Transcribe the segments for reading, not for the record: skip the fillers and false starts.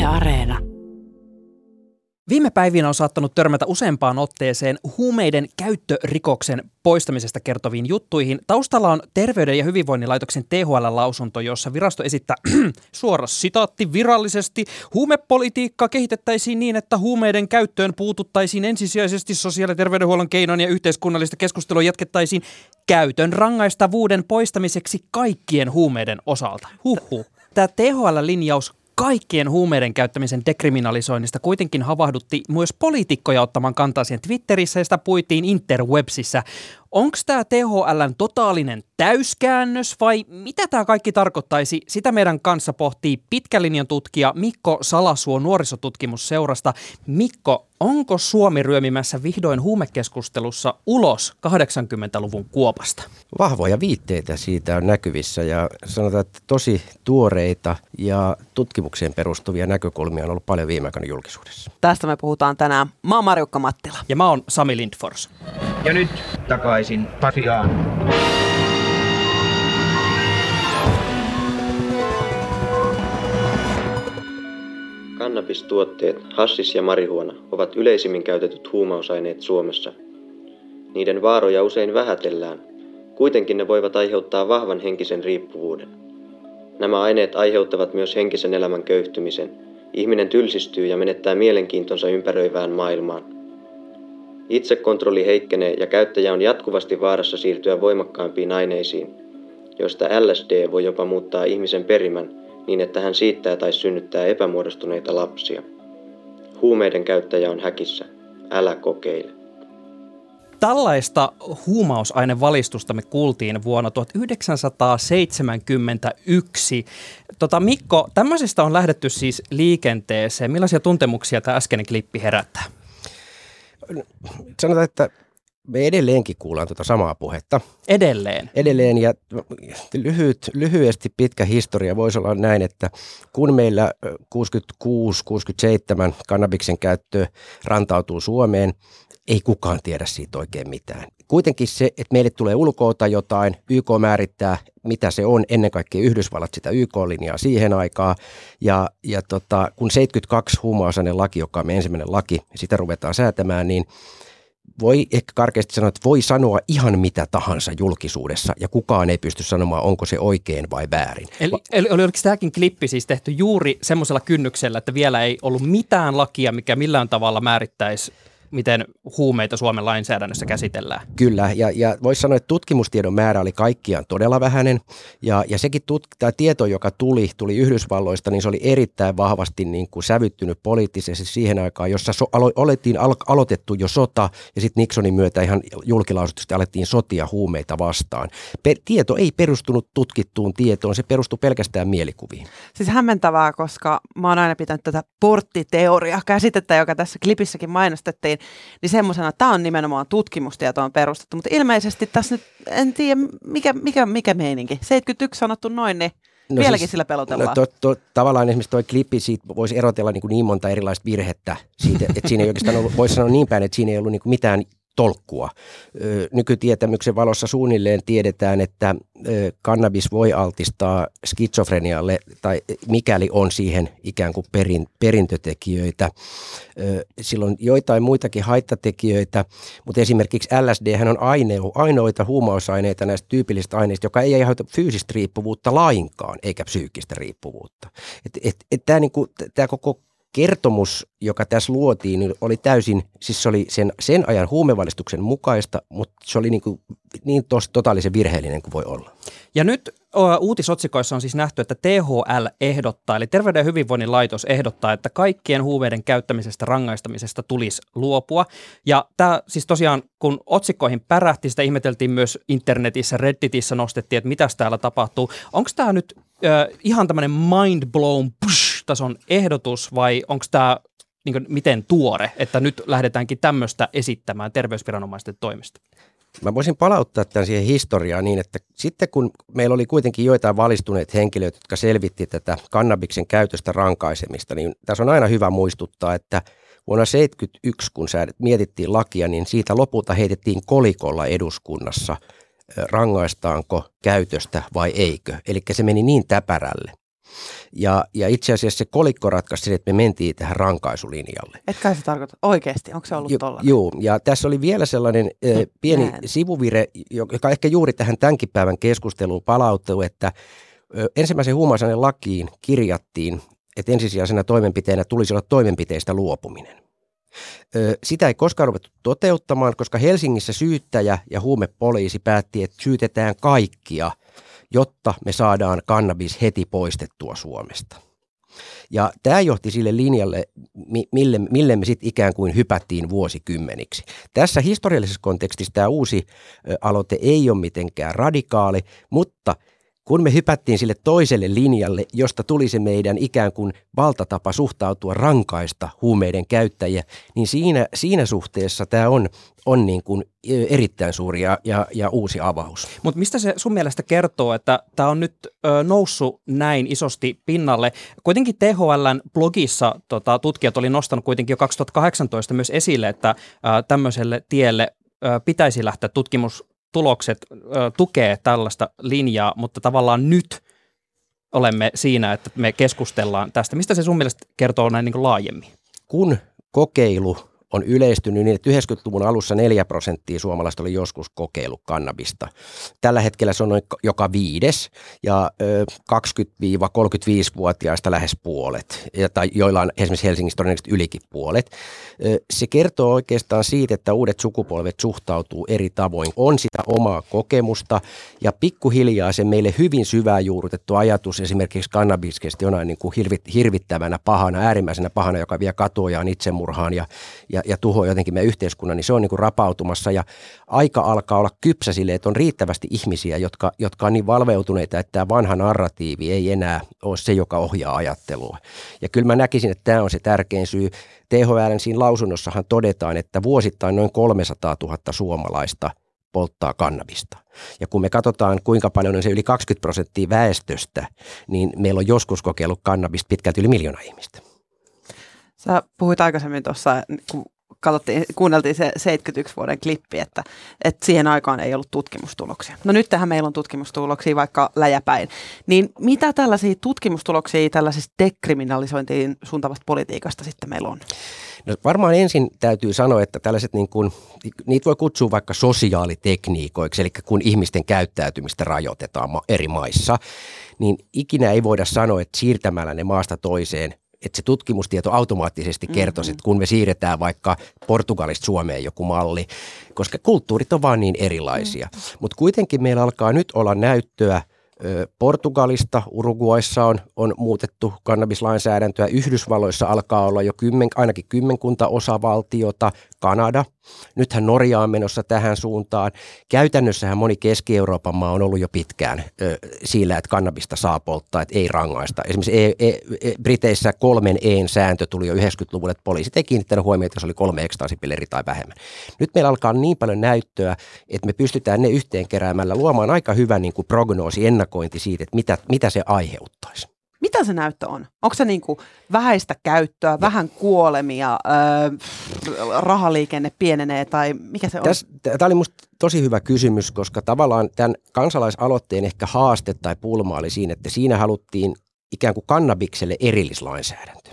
Areena. Viime päivinä on saattanut törmätä useampaan otteeseen huumeiden käyttörikoksen poistamisesta kertoviin juttuihin. Taustalla on Terveyden ja hyvinvoinnin laitoksen THL-lausunto, jossa virasto esittää suora sitaatti virallisesti: huumepolitiikkaa kehitettäisiin niin, että huumeiden käyttöön puututtaisiin ensisijaisesti sosiaali- ja terveydenhuollon keinoin ja yhteiskunnallista keskustelua jatkettaisiin käytön rangaistavuuden poistamiseksi kaikkien huumeiden osalta. Tämä THL-linjaus kaikkien huumeiden käyttämisen dekriminalisoinnista kuitenkin havahdutti myös poliitikkoja ottamaan kantaa siihen Twitterissä ja sitä puitiin interwebsissä. Onko tämä THL:n totaalinen täyskäännös vai mitä tämä kaikki tarkoittaisi? Sitä meidän kanssa pohtii pitkän linjan tutkija Mikko Salasuo nuorisotutkimusseurasta. Mikko, onko Suomi ryömimässä vihdoin huumekeskustelussa ulos 80-luvun kuopasta? Vahvoja viitteitä siitä on näkyvissä ja sanotaan, että tosi tuoreita ja tutkimukseen perustuvia näkökulmia on ollut paljon viime aikoina julkisuudessa. Tästä me puhutaan tänään. Mä oon Marjukka Mattila. Ja mä oon Sami Lindfors. Ja nyt takaisin Pasiaan. Kannabistuotteet, hassis ja marihuona ovat yleisimmin käytetyt huumausaineet Suomessa. Niiden vaaroja usein vähätellään. Kuitenkin ne voivat aiheuttaa vahvan henkisen riippuvuuden. Nämä aineet aiheuttavat myös henkisen elämän köyhtymisen. Ihminen tylsistyy ja menettää mielenkiintonsa ympäröivään maailmaan. Itsekontrolli heikkenee ja käyttäjä on jatkuvasti vaarassa siirtyä voimakkaampiin aineisiin, joista LSD voi jopa muuttaa ihmisen perimän niin, että hän siittää tai synnyttää epämuodostuneita lapsia. Huumeiden käyttäjä on häkissä. Älä kokeile. Tällaista huumausainevalistusta me kuultiin vuonna 1971. Mikko, tämmöisestä on lähdetty siis liikenteeseen. Millaisia tuntemuksia tämä äskeinen klippi herättää? Sanotaan, että me edelleenkin kuullaan tuota samaa puhetta. Edelleen ja lyhyesti pitkä historia voisi olla näin, että kun meillä 66-67 kannabiksen käyttö rantautuu Suomeen, ei kukaan tiedä siitä oikein mitään. Kuitenkin se, että meille tulee ulkoota jotain, YK määrittää, mitä se on, ennen kaikkea Yhdysvallat sitä YK-linjaa siihen aikaan. Kun 72 huumausainelaki, joka on meidän ensimmäinen laki, sitä ruvetaan säätämään, niin voi ehkä karkeasti sanoa, että voi sanoa ihan mitä tahansa julkisuudessa ja kukaan ei pysty sanomaan, onko se oikein vai väärin. Eli oliko tämäkin klippi siis tehty juuri semmoisella kynnyksellä, että vielä ei ollut mitään lakia, mikä millään tavalla määrittäisi, miten huumeita Suomen lainsäädännössä käsitellään? Kyllä, ja voisi sanoa, että tutkimustiedon määrä oli kaikkiaan todella vähäinen, ja sekin tämä tieto, joka tuli Yhdysvalloista, niin se oli erittäin vahvasti niin kuin sävyttynyt poliittisesti siihen aikaan, jossa aloitettu jo sota, ja sitten Nixonin myötä ihan julkilausutusti alettiin sotia huumeita vastaan. Tieto ei perustunut tutkittuun tietoon, se perustui pelkästään mielikuviin. Siis hämmentävää, koska mä oon aina pitänyt tätä porttiteoria-käsitettä, joka tässä klipissäkin mainostettiin, niin semmoisena, tämä on nimenomaan tutkimustietoon perustettu, mutta ilmeisesti tässä nyt, en tiedä mikä meininki. 71 sanottu noin, niin vieläkin siis, sillä pelotellaan. Tavallaan esimerkiksi tuo klippi, siitä voisi erotella niin monta erilaista virhettä siitä, että siinä ei oikeastaan ollut, voisi sanoa niin päin, että siinä ei ollut niin mitään tolkkua. Nykytietämyksen valossa suunnilleen tiedetään, että kannabis voi altistaa skitsofrenialle tai mikäli on siihen ikään kuin perintötekijöitä. Sillä on joitain muitakin haittatekijöitä, mutta esimerkiksi LSD on ainoita huumausaineita näistä tyypillisistä aineista, joka ei aiheuta fyysistä riippuvuutta lainkaan, eikä psyykkistä riippuvuutta. Tämä koko kertomus, joka tässä luotiin, niin oli täysin, siis se oli sen ajan huumevalistuksen mukaista, mutta se oli niin totaalisen virheellinen kuin voi olla. Ja nyt uutisotsikoissa on siis nähty, että THL ehdottaa, eli Terveyden ja hyvinvoinnin laitos ehdottaa, että kaikkien huumeiden käyttämisestä rangaistamisesta tulisi luopua. Ja tämä siis tosiaan, kun otsikkoihin pärähti, sitä ihmeteltiin myös internetissä, Redditissä nostettiin, että mitäs täällä tapahtuu. Onko tämä nyt ihan tämmöinen mind blown tason ehdotus vai onko tämä miten tuore, että nyt lähdetäänkin tämmöistä esittämään terveysviranomaisten toimesta? Mä voisin palauttaa tämän siihen historiaan niin, että sitten kun meillä oli kuitenkin joitain valistuneet henkilöitä, jotka selvitti tätä kannabiksen käytöstä rankaisemista, niin tässä on aina hyvä muistuttaa, että vuonna 1971, kun mietittiin lakia, niin siitä lopulta heitettiin kolikolla eduskunnassa, rangaistaanko käytöstä vai eikö. Eli se meni niin täpärälle. Ja itse asiassa se kolikko ratkaisi sen, että me mentiin tähän rankaisulinjalle. Etkä se tarkoita oikeasti, onko se ollut tollainen? Joo, ja tässä oli vielä sellainen pieni sivuvire, joka ehkä juuri tähän tämänkin päivän keskusteluun palautuu, että ensimmäisen huumausainelakiin kirjattiin, että ensisijaisena toimenpiteenä tulisi olla toimenpiteistä luopuminen. Sitä ei koskaan ruvettu toteuttamaan, koska Helsingissä syyttäjä ja huumepoliisi päätti, että syytetään kaikkia, jotta me saadaan kannabis heti poistettua Suomesta. Ja tämä johti sille linjalle, mille me sitten ikään kuin hypättiin vuosikymmeniksi. Tässä historiallisessa kontekstissa tämä uusi aloite ei ole mitenkään radikaali, mutta kun me hypättiin sille toiselle linjalle, josta tuli se meidän ikään kuin valtatapa suhtautua rankaista huumeiden käyttäjiä, niin siinä suhteessa tämä on niin kuin erittäin suuri ja uusi avaus. Mutta mistä se sun mielestä kertoo, että tämä on nyt noussut näin isosti pinnalle? Kuitenkin THL:n blogissa tutkijat oli nostanut kuitenkin jo 2018 myös esille, että tämmöiselle tielle pitäisi lähteä tutkimustulokset tukee tällaista linjaa, mutta tavallaan nyt olemme siinä, että me keskustellaan tästä. Mistä se sun mielestä kertoo näin niin kuin laajemmin? Kun kokeilu on yleistynyt niin, että 90-luvun alussa 4% suomalaista oli joskus kokeillut kannabista. Tällä hetkellä se on noin joka 5. ja 20-35-vuotiaista lähes puolet, tai joilla on esimerkiksi Helsingissä todennäköisesti ylikin puolet. Se kertoo oikeastaan siitä, että uudet sukupolvet suhtautuu eri tavoin. On sitä omaa kokemusta ja pikkuhiljaa se meille hyvin syvään juurrutettu ajatus esimerkiksi kannabiskesta jonain niin kuin hirvittävänä pahana, äärimmäisenä pahana, joka vie katuojaan itsemurhaan ja tuhoaa jotenkin meidän yhteiskunnan, niin se on niin kuin rapautumassa ja aika alkaa olla kypsä sille, että on riittävästi ihmisiä, jotka on niin valveutuneita, että tämä vanha narratiivi ei enää ole se, joka ohjaa ajattelua. Ja kyllä mä näkisin, että tämä on se tärkein syy. THL:n siinä lausunnossahan todetaan, että vuosittain noin 300 000 suomalaista polttaa kannabista. Ja kun me katsotaan, kuinka paljon on se yli 20% väestöstä, niin meillä on joskus kokeillut kannabista pitkälti yli 1 miljoonaa ihmistä. Sä puhuit aikaisemmin tuossa, kun kuunneltiin se 71 vuoden klippi, että siihen aikaan ei ollut tutkimustuloksia. No nyt tähän meillä on tutkimustuloksia vaikka läjäpäin. Niin mitä tällaisia tutkimustuloksia tällaisista dekriminalisointiin suuntavasta politiikasta sitten meillä on? No varmaan ensin täytyy sanoa, että tällaiset niitä voi kutsua vaikka sosiaalitekniikoiksi, eli kun ihmisten käyttäytymistä rajoitetaan eri maissa, niin ikinä ei voida sanoa, että siirtämällä ne maasta toiseen, että se tutkimustieto automaattisesti kertoisi, että kun me siirretään vaikka Portugalista Suomeen joku malli, koska kulttuurit on vaan niin erilaisia. Mutta kuitenkin meillä alkaa nyt olla näyttöä Portugalista, Uruguayssa on muutettu kannabislainsäädäntöä, Yhdysvalloissa alkaa olla jo ainakin 10 osavaltiota, Kanada. Nythän Norja on menossa tähän suuntaan. Käytännössähän moni Keski-Euroopan maa on ollut jo pitkään sillä, että kannabista saa polttaa, että ei rangaista. Esimerkiksi Briteissä 3 E-sääntö tuli jo 90-luvulla, että poliisit ei kiinnittänyt huomioon, että se oli 3 ekstaasipilleriä tai vähemmän. Nyt meillä alkaa niin paljon näyttöä, että me pystytään ne yhteen keräämällä luomaan aika hyvän niin kuin prognoosi, ennakointi siitä, että mitä se aiheuttaisi. Mitä se näyttö on? Onko se niin kuin vähäistä käyttöä, vähän kuolemia, rahaliikenne pienenee tai mikä se on? Tämä oli minusta tosi hyvä kysymys, koska tavallaan tämän kansalaisaloitteen ehkä haaste tai pulma oli siinä, että siinä haluttiin ikään kuin kannabikselle erillislainsäädäntö.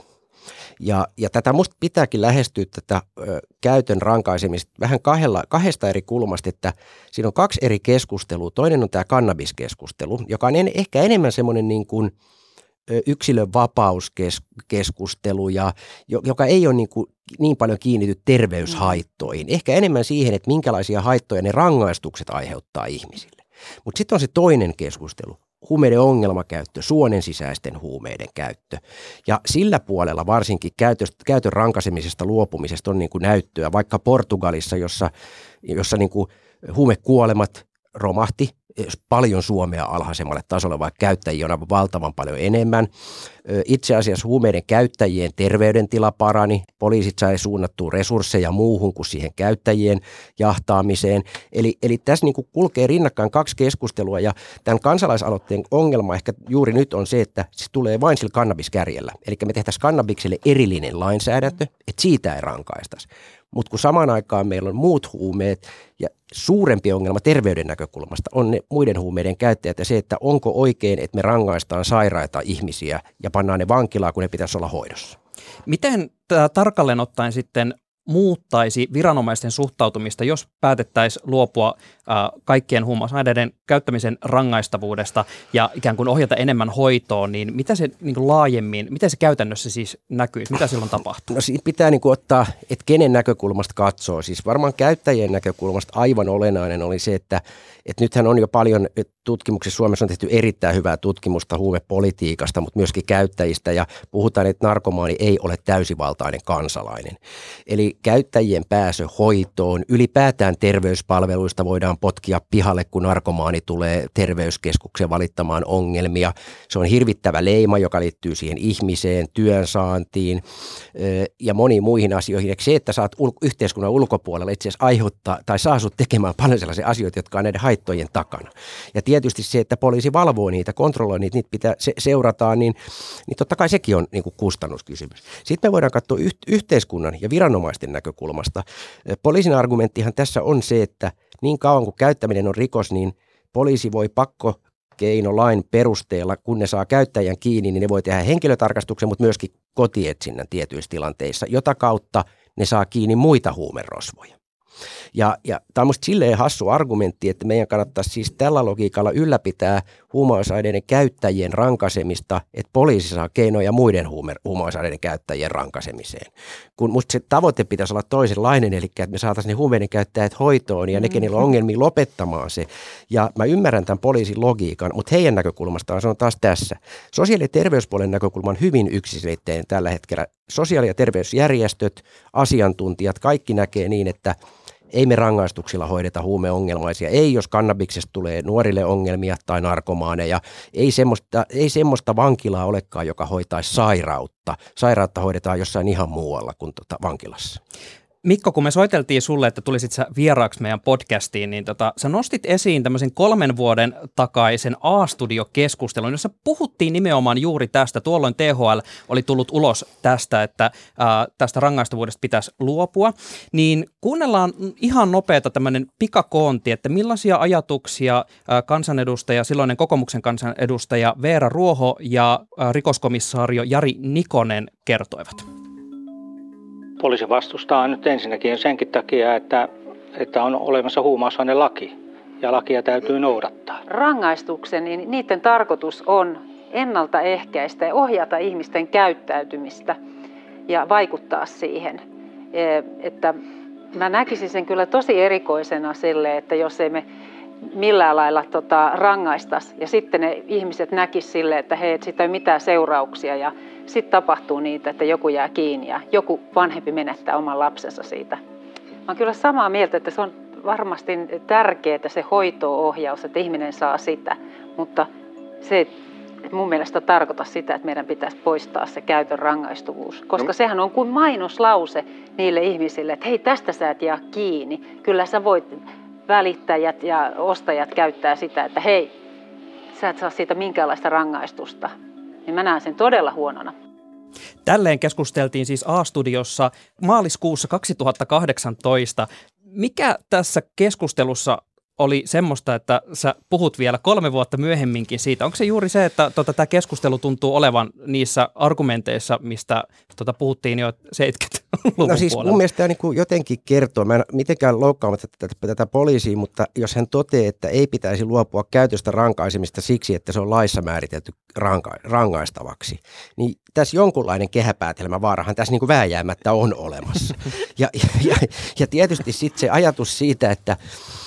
Ja tätä musta pitääkin lähestyä tätä käytön rankaisemista vähän kahdesta eri kulmasta, että siinä on 2 eri keskustelua. Toinen on tämä kannabiskeskustelu, joka on ehkä enemmän semmoinen niin kuin yksilön vapauskeskustelu, joka ei ole niin paljon kiinnity terveyshaittoihin. Ehkä enemmän siihen, että minkälaisia haittoja ne rangaistukset aiheuttaa ihmisille. Mutta sitten on se toinen keskustelu. Huumeiden ongelmakäyttö, suonen sisäisten huumeiden käyttö. Ja sillä puolella varsinkin käytön rankaisemisesta luopumisesta on niin kuin näyttöä. Vaikka Portugalissa, jossa niin kuin huumekuolemat romahti paljon Suomea alhaisemmalle tasolle, vaikka käyttäjiä on aivan valtavan paljon enemmän. Itse asiassa huumeiden käyttäjien terveydentila parani, poliisit sai suunnattua resursseja muuhun kuin siihen käyttäjien jahtaamiseen. Eli tässä niin kuin kulkee rinnakkain 2 keskustelua ja tämän kansalaisaloitteen ongelma ehkä juuri nyt on se, että se tulee vain sillä kannabiskärjellä. Eli me tehtäisiin kannabikselle erillinen lainsäädäntö, että siitä ei rankaistaisi. mutta kun samaan aikaan meillä on muut huumeet ja suurempi ongelma terveyden näkökulmasta on ne muiden huumeiden käyttäjät ja se, että onko oikein, että me rangaistaan sairaita ihmisiä ja pannaan ne vankilaan, kun ne pitäisi olla hoidossa. Miten tämä tarkalleen ottaen sitten muuttaisi viranomaisten suhtautumista, jos päätettäisiin luopua kaikkien huumausaineiden käyttämisen rangaistavuudesta ja ikään kuin ohjata enemmän hoitoon, niin mitä se niin kuin laajemmin, miten se käytännössä siis näkyisi, mitä silloin tapahtuu? No siinä pitää niin kuin ottaa, että kenen näkökulmasta katsoo. Siis varmaan käyttäjien näkökulmasta aivan olennainen oli se, että nythän on jo paljon tutkimuksissa, Suomessa on tehty erittäin hyvää tutkimusta huumepolitiikasta, mutta myöskin käyttäjistä ja puhutaan, että narkomaani ei ole täysivaltainen kansalainen. Eli käyttäjien pääsy hoitoon, ylipäätään terveyspalveluista voidaan potkia pihalle, kun narkomaani tulee terveyskeskukseen valittamaan ongelmia. Se on hirvittävä leima, joka liittyy siihen ihmiseen, työnsaantiin ja moniin muihin asioihin. Ja se, että saat yhteiskunnan ulkopuolella itse asiassa aiheuttaa tai saa sut tekemään paljon sellaisia asioita, jotka on näiden haittojen takana. Ja tietysti se, että poliisi valvoo niitä, kontrolloi niitä pitää seurataan, niin totta kai sekin on niin kuin kustannuskysymys. Sitten me voidaan katsoa yhteiskunnan ja viranomaisten näkökulmasta. Poliisin argumenttihan tässä on se, että niin kauan kuin käyttäminen on rikos, niin poliisi voi pakkokeinolain perusteella, kun ne saa käyttäjän kiinni, niin ne voi tehdä henkilötarkastuksen, mutta myöskin kotietsinnän tietyissä tilanteissa, jota kautta ne saa kiinni muita huumerosvoja. Ja tämä on musta silleen hassu argumentti, että meidän kannattaisi siis tällä logiikalla ylläpitää huumausaineiden käyttäjien rankaisemista, että poliisi saa keinoja muiden huumausaineiden käyttäjien rankaisemiseen. Kun musta se tavoite pitäisi olla toisenlainen, eli että me saataisiin ne huumeiden käyttäjät hoitoon ja ne, kenillä on ongelmia, lopettamaan se. Ja mä ymmärrän tämän poliisin logiikan, mutta heidän näkökulmastaan se on taas tässä. Sosiaali- ja terveyspuolen näkökulma on hyvin yksiselitteinen tällä hetkellä. Sosiaali- ja terveysjärjestöt, asiantuntijat, kaikki näkee niin, että ei me rangaistuksilla hoideta huumeongelmaisia. Ei, jos kannabiksesta tulee nuorille ongelmia tai narkomaaneja. Ei semmoista vankilaa olekaan, joka hoitaisi sairautta. Sairautta hoidetaan jossain ihan muualla kuin vankilassa. Mikko, kun me soiteltiin sulle, että tulisit sä vieraaksi meidän podcastiin, niin sä nostit esiin tämmöisen 3 vuoden takaisen A-studio-keskustelun, jossa puhuttiin nimenomaan juuri tästä. Tuolloin THL oli tullut ulos tästä, että tästä rangaistavuudesta pitäisi luopua. Niin kuunnellaan ihan nopeata tämmöinen pikakoonti, että millaisia ajatuksia kansanedustaja, silloinen kokoomuksen kansanedustaja Veera Ruoho ja rikoskomissaario Jari Nikonen kertoivat. Poliisi vastustaa nyt ensinnäkin senkin takia, että on olemassa huumausainelaki ja lakia täytyy noudattaa. Rangaistuksen, niin niiden tarkoitus on ennaltaehkäistä ja ohjata ihmisten käyttäytymistä ja vaikuttaa siihen. Että mä näkisin sen kyllä tosi erikoisena sille, että jos ei me millään lailla rangaistaisi ja sitten ne ihmiset näkisivät sille, että hei, siitä ei ole mitään seurauksia ja sitten tapahtuu niitä, että joku jää kiinni ja joku vanhempi menettää oman lapsensa siitä. Mä oon kyllä samaa mieltä, että se on varmasti tärkeää se hoito-ohjaus, että ihminen saa sitä, mutta se ei mun mielestä tarkoita sitä, että meidän pitäisi poistaa se käytön rangaistuvuus, koska sehän on kuin mainoslause niille ihmisille, että hei, tästä sä et jää kiinni, kyllä sä voit. Välittäjät ja ostajat käyttää sitä, että hei, sä et saa siitä minkäänlaista rangaistusta. Niin mä näen sen todella huonona. Tälleen keskusteltiin siis A-studiossa maaliskuussa 2018. Mikä tässä keskustelussa oli semmoista, että sä puhut vielä 3 vuotta myöhemminkin siitä? Onko se juuri se, että tämä keskustelu tuntuu olevan niissä argumenteissa, mistä puhuttiin jo 70-luvun No siis puolella? mun mielestä tämä niin jotenkin kertoo, mä en mitenkään loukkaamatta tätä poliisia, mutta jos hän toteaa, että ei pitäisi luopua käytöstä rankaisemista siksi, että se on laissa määritelty rangaistavaksi, niin tässä jonkunlainen kehäpäätelmä vaarahan tässä niin kuin vääjäämättä on olemassa. Ja tietysti sitten se ajatus siitä, että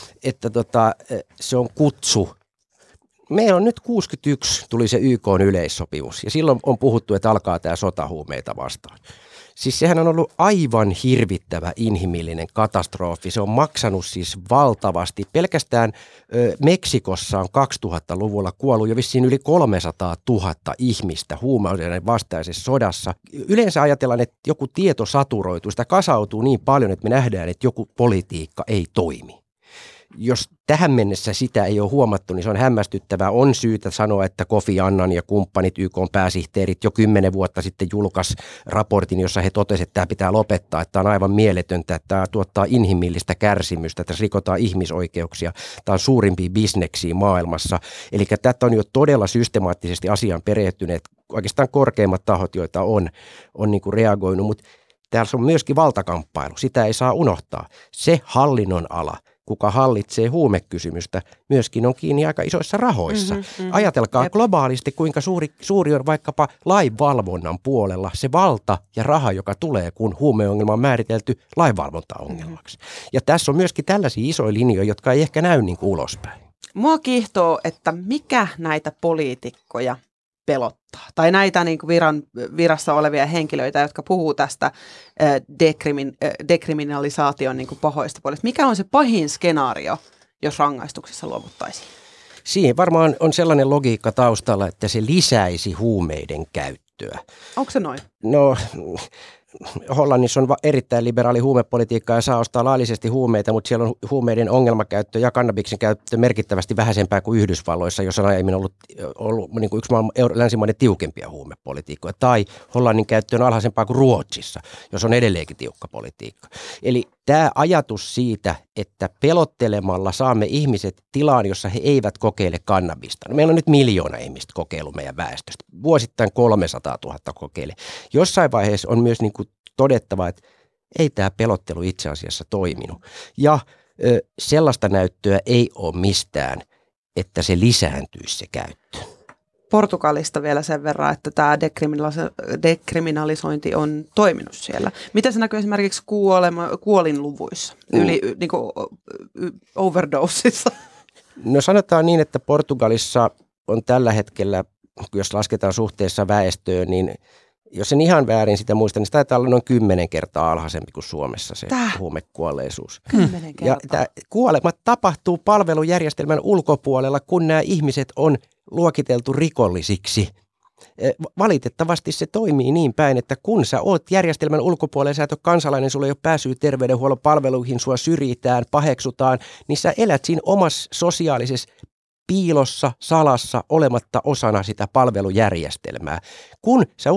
se on kutsu. Meillä on nyt 61 tuli se YK:n yleissopimus ja silloin on puhuttu, että alkaa tämä sota huumeita vastaan. Siis sehän on ollut aivan hirvittävä inhimillinen katastrofi. Se on maksanut siis valtavasti. Pelkästään Meksikossa on 2000-luvulla kuollut jo vissiin yli 300 000 ihmistä huumeiden vastaisessa sodassa. Yleensä ajatellaan, että joku tieto saturoituu, sitä kasautuu niin paljon, että me nähdään, että joku politiikka ei toimi. jos tähän mennessä sitä ei ole huomattu, niin se on hämmästyttävää. On syytä sanoa, että Kofi Annan ja kumppanit, YK:n pääsihteerit, jo 10 vuotta sitten julkaisi raportin, jossa he totesivat, että tämä pitää lopettaa, että tämä on aivan mieletöntä, että tämä tuottaa inhimillistä kärsimystä, että tässä rikotaan ihmisoikeuksia. Tämä on suurimpia bisneksiä maailmassa. Eli tätä on jo todella systemaattisesti asiaan perehtyneet oikeastaan korkeimmat tahot, joita on niin kuin reagoinut, mutta täällä on myöskin valtakamppailu. Sitä ei saa unohtaa. Se hallinnon ala, kuka hallitsee huumekysymystä, myöskin on kiinni aika isoissa rahoissa. Ajatelkaa globaalisti, kuinka suuri on vaikkapa lainvalvonnan puolella se valta ja raha, joka tulee, kun huumeongelma on määritelty lainvalvontaongelmaksi. Ja tässä on myöskin tällaisia isoja linjoja, jotka ei ehkä näy niin kuin ulospäin. Mua kiihtoo, että mikä näitä poliitikkoja pelottaa. Tai näitä niin kuin virassa olevia henkilöitä, jotka puhuu tästä dekriminalisaation niin kuin pahoista puolesta. Mikä on se pahin skenaario, jos rangaistuksessa luovuttaisiin? Siihen varmaan on sellainen logiikka taustalla, että se lisäisi huumeiden käyttöä. Onko se noin? No, Hollannissa on erittäin liberaali huumepolitiikka ja saa ostaa laillisesti huumeita, mutta siellä on huumeiden ongelmakäyttö ja kannabiksen käyttö merkittävästi vähäisempää kuin Yhdysvalloissa, jossa on aiemmin ollut niin kuin yksi länsimaiden tiukempia huumepolitiikkoja. Tai Hollannin käyttö on alhaisempaa kuin Ruotsissa, jos on edelleenkin tiukka politiikka. Eli tämä ajatus siitä, että pelottelemalla saamme ihmiset tilaan, jossa he eivät kokeile kannabista. No, meillä on nyt 1 miljoona ihmistä kokeilu meidän väestöstä. Vuosittain 300 000 kokeile. Jossain vaiheessa on myös niin kuin todettava, että ei tämä pelottelu itse asiassa toiminut. Ja sellaista näyttöä ei ole mistään, että se lisääntyisi se käyttö. Portugalista vielä sen verran, että tämä dekriminalisointi on toiminut siellä. Miten se näkyy esimerkiksi kuolinluvuissa, niin kuin overdosissa? No sanotaan niin, että Portugalissa on tällä hetkellä, jos lasketaan suhteessa väestöön, niin jos en ihan väärin sitä muista, niin se taitaa olla noin 10 kertaa alhaisempi kuin Suomessa se huumekuolleisuus. 10 kertaa. Ja tämä kuolema tapahtuu palvelujärjestelmän ulkopuolella, kun nämä ihmiset on luokiteltu rikollisiksi. Valitettavasti se toimii niin päin, että kun sä oot järjestelmän ulkopuolella, sä et ole kansalainen, sulla ei ole pääsyä terveydenhuollon palveluihin, sua syrjitään, paheksutaan, niin sä elät siinä omassa sosiaalisessa piilossa, salassa, olematta osana sitä palvelujärjestelmää. Kun sä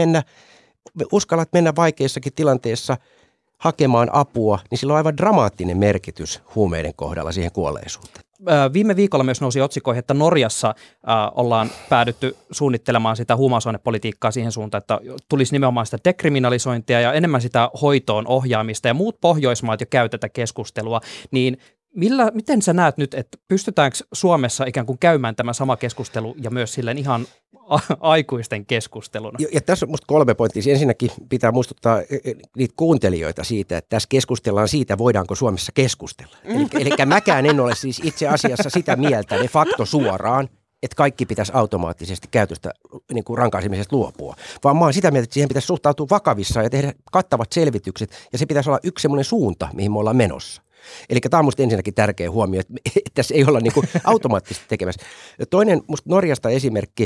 uskallat mennä vaikeissakin tilanteessa hakemaan apua, niin sillä on aivan dramaattinen merkitys huumeiden kohdalla siihen kuolleisuuteen. Viime viikolla myös nousi otsikoihin, että Norjassa ollaan päädytty suunnittelemaan sitä huumausainepolitiikkaa siihen suuntaan, että tulisi nimenomaan sitä dekriminalisointia ja enemmän sitä hoitoon ohjaamista, ja muut Pohjoismaat jo käy tätä keskustelua, niin miten sä näet nyt, että pystytäänkö Suomessa ikään kuin käymään tämä sama keskustelu ja myös silleen ihan aikuisten keskusteluna? Ja tässä on musta 3 pointtia. Ensinnäkin pitää muistuttaa niitä kuuntelijoita siitä, että tässä keskustellaan siitä, voidaanko Suomessa keskustella. Eli mäkään en ole siis itse asiassa sitä mieltä de facto suoraan, että kaikki pitäisi automaattisesti käytöstä niin kuin rankaisemisesta luopua. Vaan mä oon sitä mieltä, että siihen pitäisi suhtautua vakavissaan ja tehdä kattavat selvitykset, ja se pitäisi olla yksi semmoinen suunta, mihin me ollaan menossa. Eli tämä on musta ensinnäkin tärkeä huomio, että tässä ei olla niin kuin automaattisesti tekemässä. Toinen musta Norjasta esimerkki,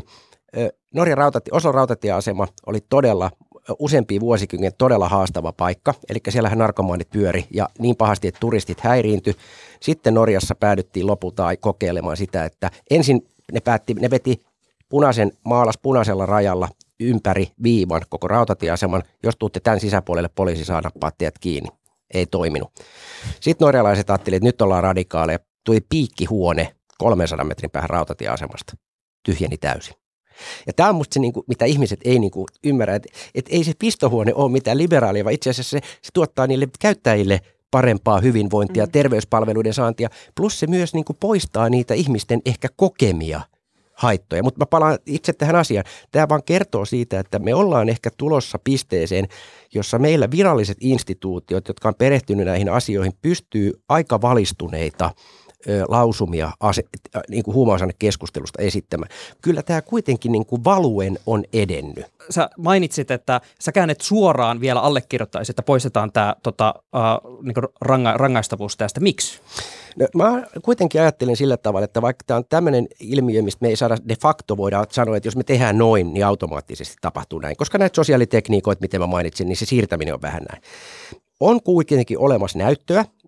Oslon rautatieasema oli todella useampia vuosikymmeniä todella haastava paikka. Eli siellähän narkomaanit pyöri ja niin pahasti, että turistit häiriintyi. Sitten Norjassa päädyttiin lopulta kokeilemaan sitä, että ensin ne veti punaisella rajalla ympäri viivan koko rautatieaseman. Jos tuutte tämän sisäpuolelle, poliisi saa nappaa teidät kiinni. Ei toiminut. Sitten norjalaiset ajattelivat, että nyt ollaan radikaaleja. Tuli piikkihuone 300 metrin päähän rautatieasemasta. Tyhjeni täysin. Ja tämä on musta se, mitä ihmiset ei ymmärrä, että ei se pistohuone ole mitään liberaalia, vaan itse asiassa se tuottaa niille käyttäjille parempaa hyvinvointia, terveyspalveluiden saantia, plus se myös poistaa niitä ihmisten ehkä kokemia haittoja. Mutta mä palaan itse tähän asiaan. Tämä vaan kertoo siitä, että me ollaan ehkä tulossa pisteeseen, jossa meillä viralliset instituutiot, jotka on perehtynyt näihin asioihin, pystyy aika valistuneita lausumia niin kuin huumausainekeskustelusta esittämään. Kyllä tämä kuitenkin valuen on edennyt. Sä mainitsit, että säkään et suoraan vielä allekirjoittaisi, että poistetaan tämä niin kuin rangaistavuus tästä. Miksi? No, mä kuitenkin ajattelen sillä tavalla, että vaikka tämä on tämmöinen ilmiö, mistä me ei saada de facto voida sanoa, että jos me tehdään noin, niin automaattisesti tapahtuu näin. Koska näitä sosiaalitekniikoita, miten mä mainitsin, niin se siirtäminen on vähän näin. On kuitenkin olemassa näyttöä,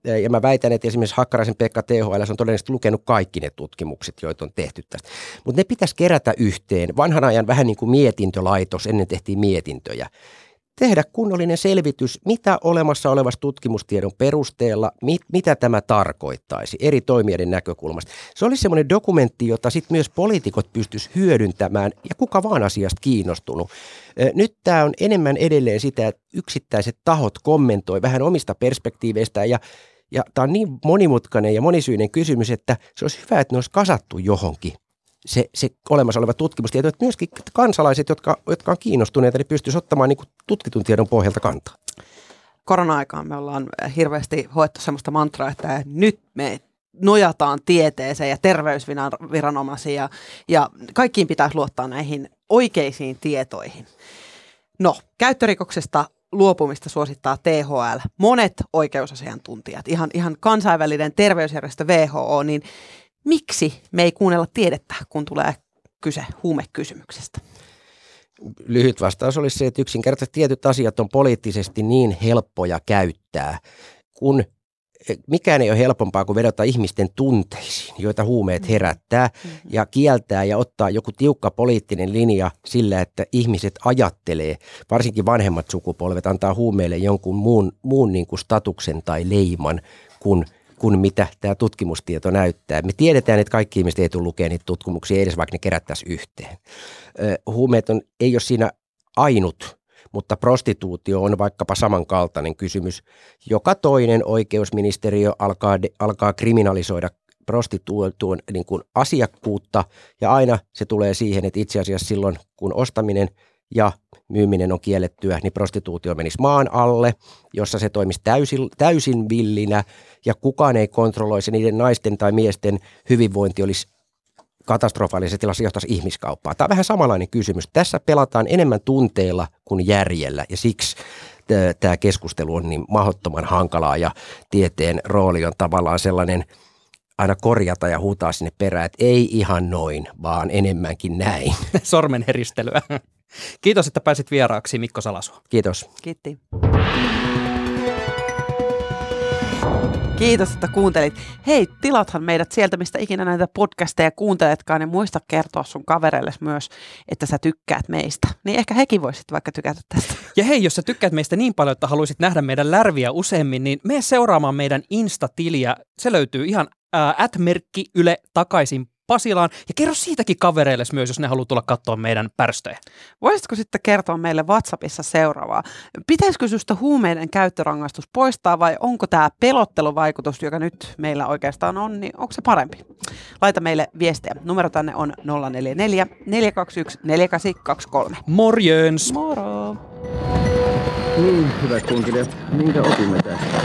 Ja mä väitän, että esimerkiksi Hakkaraisen Pekka THL on todennäköisesti lukenut kaikki ne tutkimukset, joita on tehty tästä. Mutta ne pitäisi kerätä yhteen. Vanhan ajan vähän niin kuin mietintölaitos, ennen tehtiin mietintöjä. Tehdä kunnollinen selvitys, mitä olemassa olevassa tutkimustiedon perusteella, mitä tämä tarkoittaisi eri toimijoiden näkökulmasta. Se olisi semmoinen dokumentti, jota sitten myös poliitikot pystyisivät hyödyntämään ja kuka vaan asiasta kiinnostunut. Nyt tämä on enemmän edelleen sitä, että yksittäiset tahot kommentoi vähän omista perspektiiveistä ja tämä on niin monimutkainen ja monisyinen kysymys, että se olisi hyvä, että ne olisi kasattu johonkin. Se olemassa oleva tutkimustieto, että myöskin kansalaiset, jotka on kiinnostuneita, niin pystyisivät ottamaan niin kuin tutkitun tiedon pohjalta kantaa. Korona-aikaan me ollaan hirveästi hoettu sellaista mantraa, että nyt me nojataan tieteeseen ja terveysviranomaisiin ja kaikkiin pitäisi luottaa näihin oikeisiin tietoihin. No, käyttörikoksesta luopumista suosittaa THL, monet oikeusasiantuntijat, ihan kansainvälinen terveysjärjestö WHO, niin miksi me ei kuunnella tiedettä, kun tulee kyse huumekysymyksestä? Lyhyt vastaus olisi se, että yksinkertaisesti tietyt asiat on poliittisesti niin helppoja käyttää, kun mikään ei ole helpompaa kuin vedota ihmisten tunteisiin, joita huumeet herättää ja kieltää ja ottaa joku tiukka poliittinen linja sillä, että ihmiset ajattelee, varsinkin vanhemmat sukupolvet antaa huumeille jonkun muun niin kuin statuksen tai leiman kuin mitä tämä tutkimustieto näyttää. Me tiedetään, että kaikki ihmiset ei tule lukemaan niitä tutkimuksia edes, vaikka ne kerättäisiin yhteen. Huumeet ei ole siinä ainut, mutta prostituutio on vaikkapa samankaltainen kysymys. Joka toinen oikeusministeriö alkaa kriminalisoida prostituution niin kuin asiakkuutta ja aina se tulee siihen, että itse asiassa silloin kun ostaminen ja myyminen on kiellettyä, niin prostituutio menisi maan alle, jossa se toimisi täysin villinä ja kukaan ei kontrolloisi niiden naisten tai miesten hyvinvointi olisi katastrofaalisessa tilassa johtaisi ihmiskauppaa. Tämä on vähän samanlainen kysymys. Tässä pelataan enemmän tunteilla kuin järjellä ja siksi tämä keskustelu on niin mahdottoman hankalaa ja tieteen rooli on tavallaan sellainen aina korjata ja huutaa sinne perään, että ei ihan noin, vaan enemmänkin näin. Sormenheristelyä. Kiitos, että pääsit vieraaksi, Mikko Salasuo. Kiitos. Kiitti. Kiitos, että kuuntelit. Hei, tilathan meidät sieltä, mistä ikinä näitä podcasteja kuunteletkaan, ja muista kertoa sun kavereillesi myös, että sä tykkäät meistä. Niin ehkä hekin voisit vaikka tykätä tästä. Ja hei, jos sä tykkäät meistä niin paljon, että haluaisit nähdä meidän lärviä useammin, niin mene seuraamaan meidän Insta-tiliä. Se löytyy ihan @merkki Yle takaisin Pasilaan. Ja kerro siitäkin kavereille myös, jos ne haluaa tulla katsoa meidän pärstöjä. Voisitko sitten kertoa meille WhatsAppissa seuraavaa? Pitäisikö susta huumeiden käyttörangaistus poistaa vai onko tämä pelotteluvaikutus, joka nyt meillä oikeastaan on, niin onko se parempi? Laita meille viestiä. Numero tänne on 044 421 4823. Morjens! Moro! Niin, hyvät kunkilijat, minkä opimme tästä?